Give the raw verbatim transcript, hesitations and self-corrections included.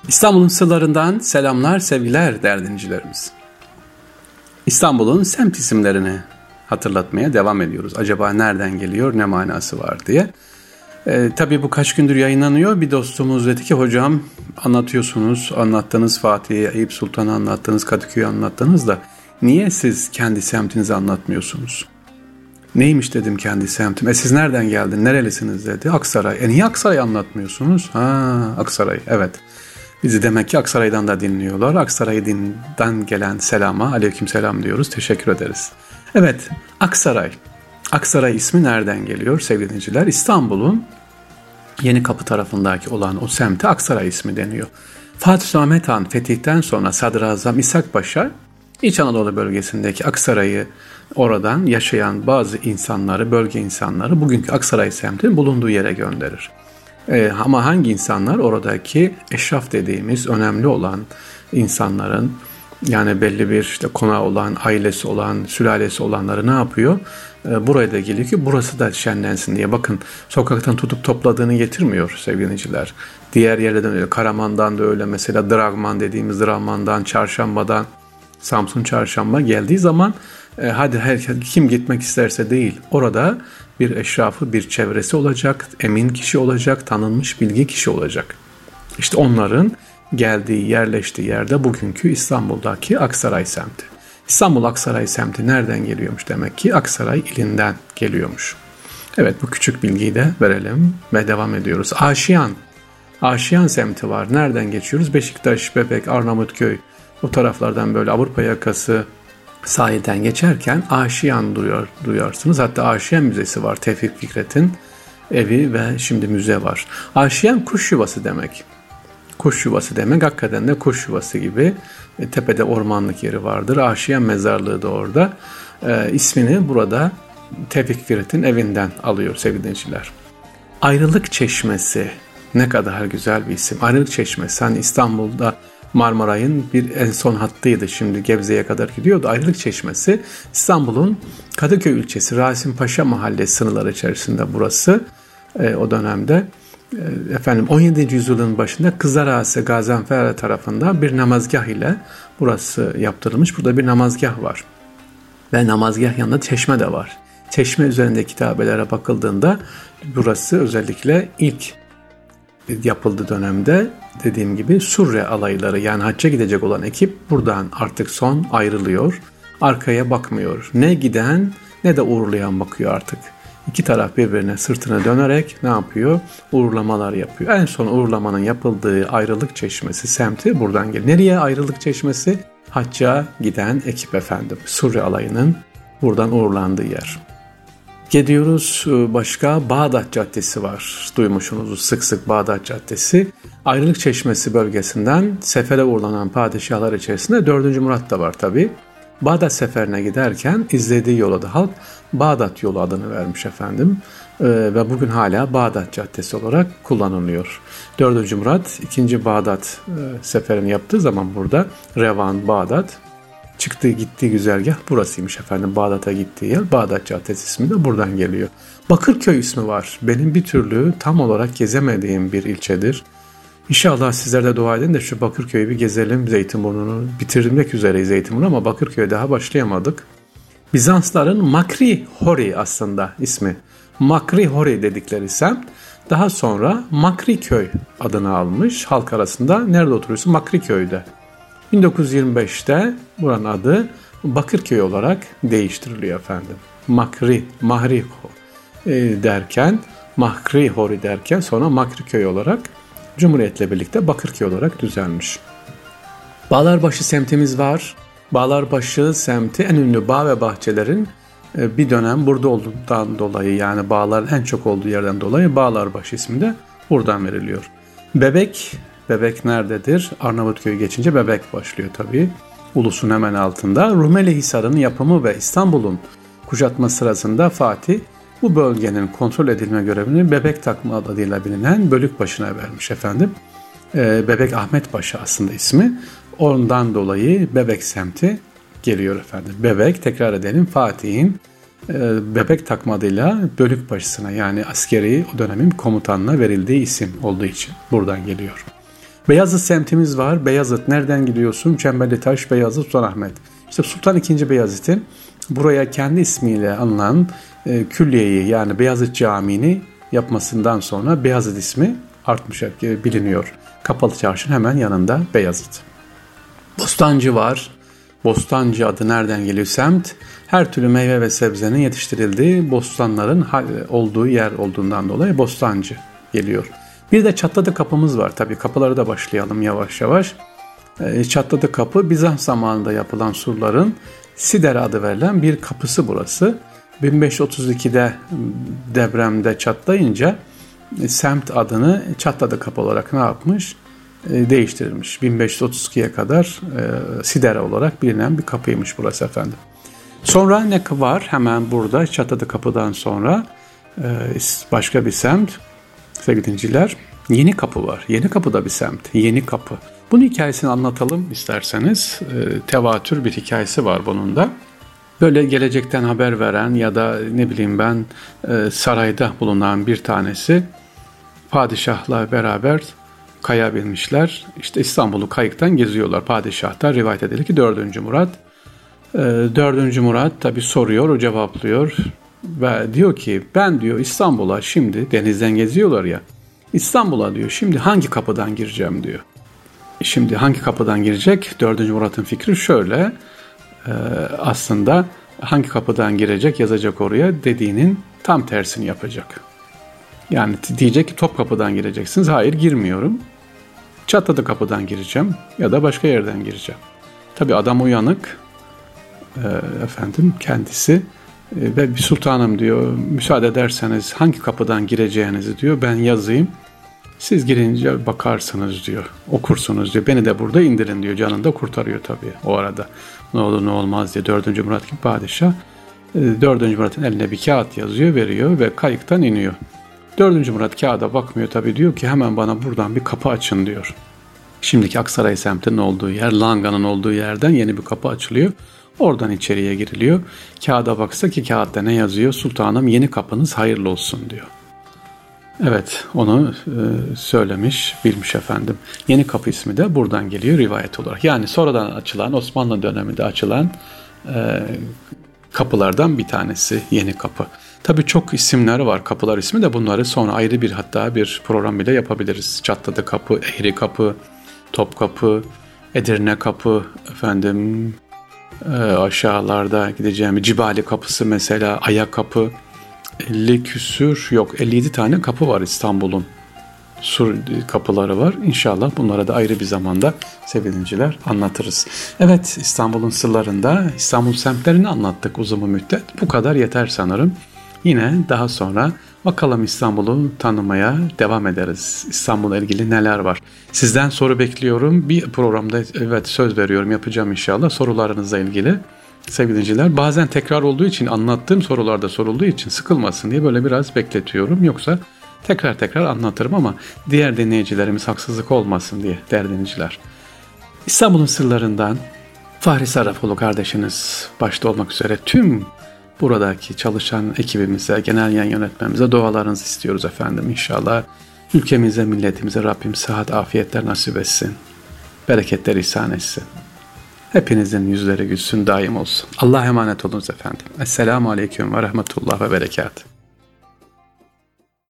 İstanbul'un sırlarından selamlar, sevgiler değerli dinleyicilerimiz. İstanbul'un semt isimlerini hatırlatmaya devam ediyoruz. Acaba nereden geliyor, ne manası var diye. Ee, tabii bu kaç gündür yayınlanıyor. Bir dostumuz dedi ki hocam anlatıyorsunuz, anlattınız Fatih'i, Eyüp Sultan'ı anlattınız, Kadıköy'ü anlattınız da niye siz kendi semtinizi anlatmıyorsunuz? Neymiş dedim kendi semtim. E siz nereden geldin, nerelisiniz dedi. Aksaray. E niye Aksaray'ı anlatmıyorsunuz? Ha, Aksaray, evet. Bizi demek ki Aksaray'dan da dinliyorlar. Aksaray'dan gelen selama aleykümselam diyoruz. Teşekkür ederiz. Evet, Aksaray. Aksaray ismi nereden geliyor sevgili dinleyiciler? İstanbul'un Yenikapı tarafındaki olan o semte Aksaray ismi deniyor. Fatih Sultan Han fetihten sonra Sadrazam İshak Paşa İç Anadolu bölgesindeki Aksaray'ı, oradan yaşayan bazı insanları, bölge insanları bugünkü Aksaray semtinin bulunduğu yere gönderir. Ee, ama hangi insanlar? Oradaki eşraf dediğimiz önemli olan insanların, yani belli bir işte konağı olan, ailesi olan, sülalesi olanları ne yapıyor? Ee, buraya da geliyor ki burası da şenlensin diye. Bakın, sokaktan tutup topladığını getirmiyor sevgili dinleyiciler. Diğer yerlerden öyle, Karaman'dan da öyle, mesela Dragman dediğimiz Dragman'dan, Çarşamba'dan, Samsun Çarşamba geldiği zaman e, hadi herkes kim gitmek isterse değil, orada bir eşrafı, bir çevresi olacak, emin kişi olacak, tanınmış bilgi kişi olacak. İşte onların geldiği, yerleştiği yerde bugünkü İstanbul'daki Aksaray semti. İstanbul Aksaray semti nereden geliyormuş demek ki? Aksaray ilinden geliyormuş. Evet, bu küçük bilgiyi de verelim ve devam ediyoruz. Aşiyan. Aşiyan semti var. Nereden geçiyoruz? Beşiktaş, Bebek, Arnavutköy, o taraflardan böyle Avrupa yakası sahilden geçerken Aşiyan duruyor, duyarsınız. Hatta Aşiyan Müzesi var. Tevfik Fikret'in evi ve şimdi müze var. Aşiyan kuş yuvası demek. Kuş yuvası demek, hakikaten de kuş yuvası gibi. E, tepede ormanlık yeri vardır. Aşiyan mezarlığı da orada. E, ismini burada Tevfik Fikret'in evinden alıyor sevgili dinleyiciler. Ayrılık Çeşmesi, ne kadar güzel bir isim. Ayrılık Çeşmesi, hani İstanbul'da Marmaray'ın bir en son hattıydı. Şimdi Gebze'ye kadar gidiyordu. Ayrılık Çeşmesi İstanbul'un Kadıköy ilçesi Rasim Paşa Mahallesi sınırları içerisinde burası. E, o dönemde e, efendim on yedinci yüzyılın başında Kızlar Ağası Gazanfer tarafından bir namazgah ile burası yaptırılmış. Burada bir namazgah var. Ve namazgah yanında çeşme de var. Çeşme üzerindeki kitabelere bakıldığında burası özellikle ilk yapıldığı dönemde dediğim gibi Surre alayları, yani hacca gidecek olan ekip buradan artık son ayrılıyor. Arkaya bakmıyor. Ne giden ne de uğurlayan bakıyor artık. İki taraf birbirine sırtına dönerek ne yapıyor? Uğurlamalar yapıyor. En son uğurlamanın yapıldığı Ayrılık Çeşmesi semti buradan geliyor. Nereye Ayrılık Çeşmesi? Hacca giden ekip efendim. Surre alayının buradan uğurlandığı yer. Gidiyoruz başka, Bağdat Caddesi var. Duymuşsunuz sık sık Bağdat Caddesi. Ayrılık Çeşmesi bölgesinden sefere uğurlanan padişahlar içerisinde dördüncü Murat da var tabi. Bağdat seferine giderken izlediği yola da halk Bağdat yolu adını vermiş efendim. Ee, ve bugün hala Bağdat Caddesi olarak kullanılıyor. dördüncü Murat ikinci Bağdat e, seferini yaptığı zaman burada Revan, Bağdat, çıktığı gittiği güzergah burasıymış efendim. Bağdat'a gittiği yer Bağdat Caddesi ismi de buradan geliyor. Bakırköy ismi var. Benim bir türlü tam olarak gezemediğim bir ilçedir. İnşallah sizler de dua edin de şu Bakırköy'ü bir gezelim. Zeytinburnu'nu bitirmek üzereyiz Zeytinburnu ama Bakırköy'e daha başlayamadık. Bizansların Makri Hori aslında ismi. Makri Hori dedikleri semt daha sonra Makriköy adını almış. Halk arasında nerede oturuyorsun? Makriköy'de. bin dokuz yüz yirmi beşte buranın adı Bakırköy olarak değiştiriliyor efendim. Makri, Mahri e, derken, Makri Hori derken sonra Makriköy olarak Cumhuriyet'le birlikte Bakırköy olarak düzelmiş. Bağlarbaşı semtimiz var. Bağlarbaşı semti en ünlü bağ ve bahçelerin e, bir dönem burada olduğundan dolayı, yani bağların en çok olduğu yerden dolayı Bağlarbaşı ismi de buradan veriliyor. Bebek, Bebek nerededir? Arnavutköy geçince Bebek başlıyor tabii. Ulusun hemen altında. Rumeli Hisarı'nın yapımı ve İstanbul'un kuşatma sırasında Fatih bu bölgenin kontrol edilme görevini Bebek Takma adıyla bilinen Bölükbaşı'na vermiş efendim. Ee, Bebek Ahmet Paşa aslında ismi. Ondan dolayı Bebek semti geliyor efendim. Bebek, tekrar edelim, Fatih'in e, Bebek Takma adıyla Bölükbaşı'na, yani askeri o dönemin komutanına verildiği isim olduğu için buradan geliyor. Beyazıt semtimiz var. Beyazıt nereden gidiyorsun? Çemberlitaş, Beyazıt, Sultanahmet. İşte Sultan ikinci. Beyazıt'ın buraya kendi ismiyle anılan e, külliyeyi yani Beyazıt Camii'ni yapmasından sonra Beyazıt ismi artmış, e, biliniyor. Kapalı Çarşı'nın hemen yanında Beyazıt. Bostancı var. Bostancı adı nereden geliyor? Semt, her türlü meyve ve sebzenin yetiştirildiği bostanların olduğu yer olduğundan dolayı Bostancı geliyor. Bir de Çatladı Kapımız var. Tabii kapıları da başlayalım yavaş yavaş. Çatladı Kapı, Bizans zamanında yapılan surların Sider adı verilen bir kapısı burası. bin beş yüz otuz ikide depremde çatlayınca semt adını Çatladı Kapı olarak ne yapmış? Değiştirilmiş. bin beş yüz otuz ikiye kadar e, Sider olarak bilinen bir kapıymış burası efendim. Sonra ne var? Hemen burada Çatladı Kapı'dan sonra e, başka bir semt. Sevgili dinciler, Yeni Kapı var. Yeni Kapı da bir semt. Yeni Kapı. Bunun hikayesini anlatalım isterseniz. E, tevatür bir hikayesi var bunun da. Böyle gelecekten haber veren ya da ne bileyim ben e, sarayda bulunan bir tanesi padişahla beraber kaya binmişler. İşte İstanbul'u kayıktan geziyorlar. Padişah'ta rivayet edilir ki dördüncü. Murat. E, dördüncü. Murat tabi soruyor, o cevaplıyor. Ve diyor ki ben diyor İstanbul'a şimdi denizden geziyorlar ya. İstanbul'a diyor şimdi hangi kapıdan gireceğim diyor. Şimdi hangi kapıdan girecek? dördüncü. Murat'ın fikri şöyle. E, aslında hangi kapıdan girecek yazacak oraya, dediğinin tam tersini yapacak. Yani diyecek ki Topkapı'dan gireceksiniz. Hayır, girmiyorum. Çatladı Kapı'dan gireceğim ya da başka yerden gireceğim. Tabii adam uyanık, e, efendim kendisi e, ve bir sultanım diyor, müsaade ederseniz hangi kapıdan gireceğinizi diyor ben yazayım. Siz girince bakarsınız diyor, okursunuz diyor. Beni de burada indirin diyor. Canını da kurtarıyor tabii o arada. Ne olur ne olmaz diye dördüncü. Murat gibi padişah dördüncü. Murat'ın eline bir kağıt yazıyor, veriyor ve kayıktan iniyor. dördüncü. Murat kağıda bakmıyor tabii, diyor ki hemen bana buradan bir kapı açın diyor. Şimdiki Aksaray semtinin olduğu yer, Langa'nın olduğu yerden yeni bir kapı açılıyor. Oradan içeriye giriliyor. Kağıda baksa ki kağıtta ne yazıyor? Sultanım yeni kapınız hayırlı olsun diyor. Evet, onu e, söylemiş, bilmiş efendim. Yeni Kapı ismi de buradan geliyor rivayet olarak. Yani sonradan açılan, Osmanlı döneminde açılan e, kapılardan bir tanesi Yeni Kapı. Tabii çok isimleri var, kapılar ismi de, bunları sonra ayrı bir hatta bir program bile yapabiliriz. Çatladı Kapı, Eğri Kapı, Topkapı, Edirne Kapı, efendim e, aşağılarda gideceğim Cibali Kapısı mesela, Aya Kapı. elli küsür yok elli yedi tane kapı var İstanbul'un. Sur kapıları var. İnşallah bunlara da ayrı bir zamanda sevgilinciler anlatırız. Evet, İstanbul'un sırlarında İstanbul semtlerini anlattık uzun bir müddet. Bu kadar yeter sanırım. Yine daha sonra bakalım İstanbul'u tanımaya devam ederiz. İstanbul'la ilgili neler var? Sizden soru bekliyorum. Bir programda evet söz veriyorum, yapacağım inşallah sorularınızla ilgili. Sevgili dinleyiciler, bazen tekrar olduğu için, anlattığım sorularda sorulduğu için sıkılmasın diye böyle biraz bekletiyorum. Yoksa tekrar tekrar anlatırım ama diğer dinleyicilerimiz haksızlık olmasın diye değerli dinleyiciler. İstanbul'un sırlarından Fahri Sarrafoğlu kardeşiniz başta olmak üzere tüm buradaki çalışan ekibimize, genel yayın yönetmenimize dualarınızı istiyoruz efendim. İnşallah ülkemize, milletimize Rabbim sıhhat, afiyetler nasip etsin. Bereketler ihsan etsin. Hepinizin yüzleri gülsün, daim olsun. Allah'a emanet olunuz efendim. Esselamu Aleyküm ve Rahmetullah ve Berekatuhu.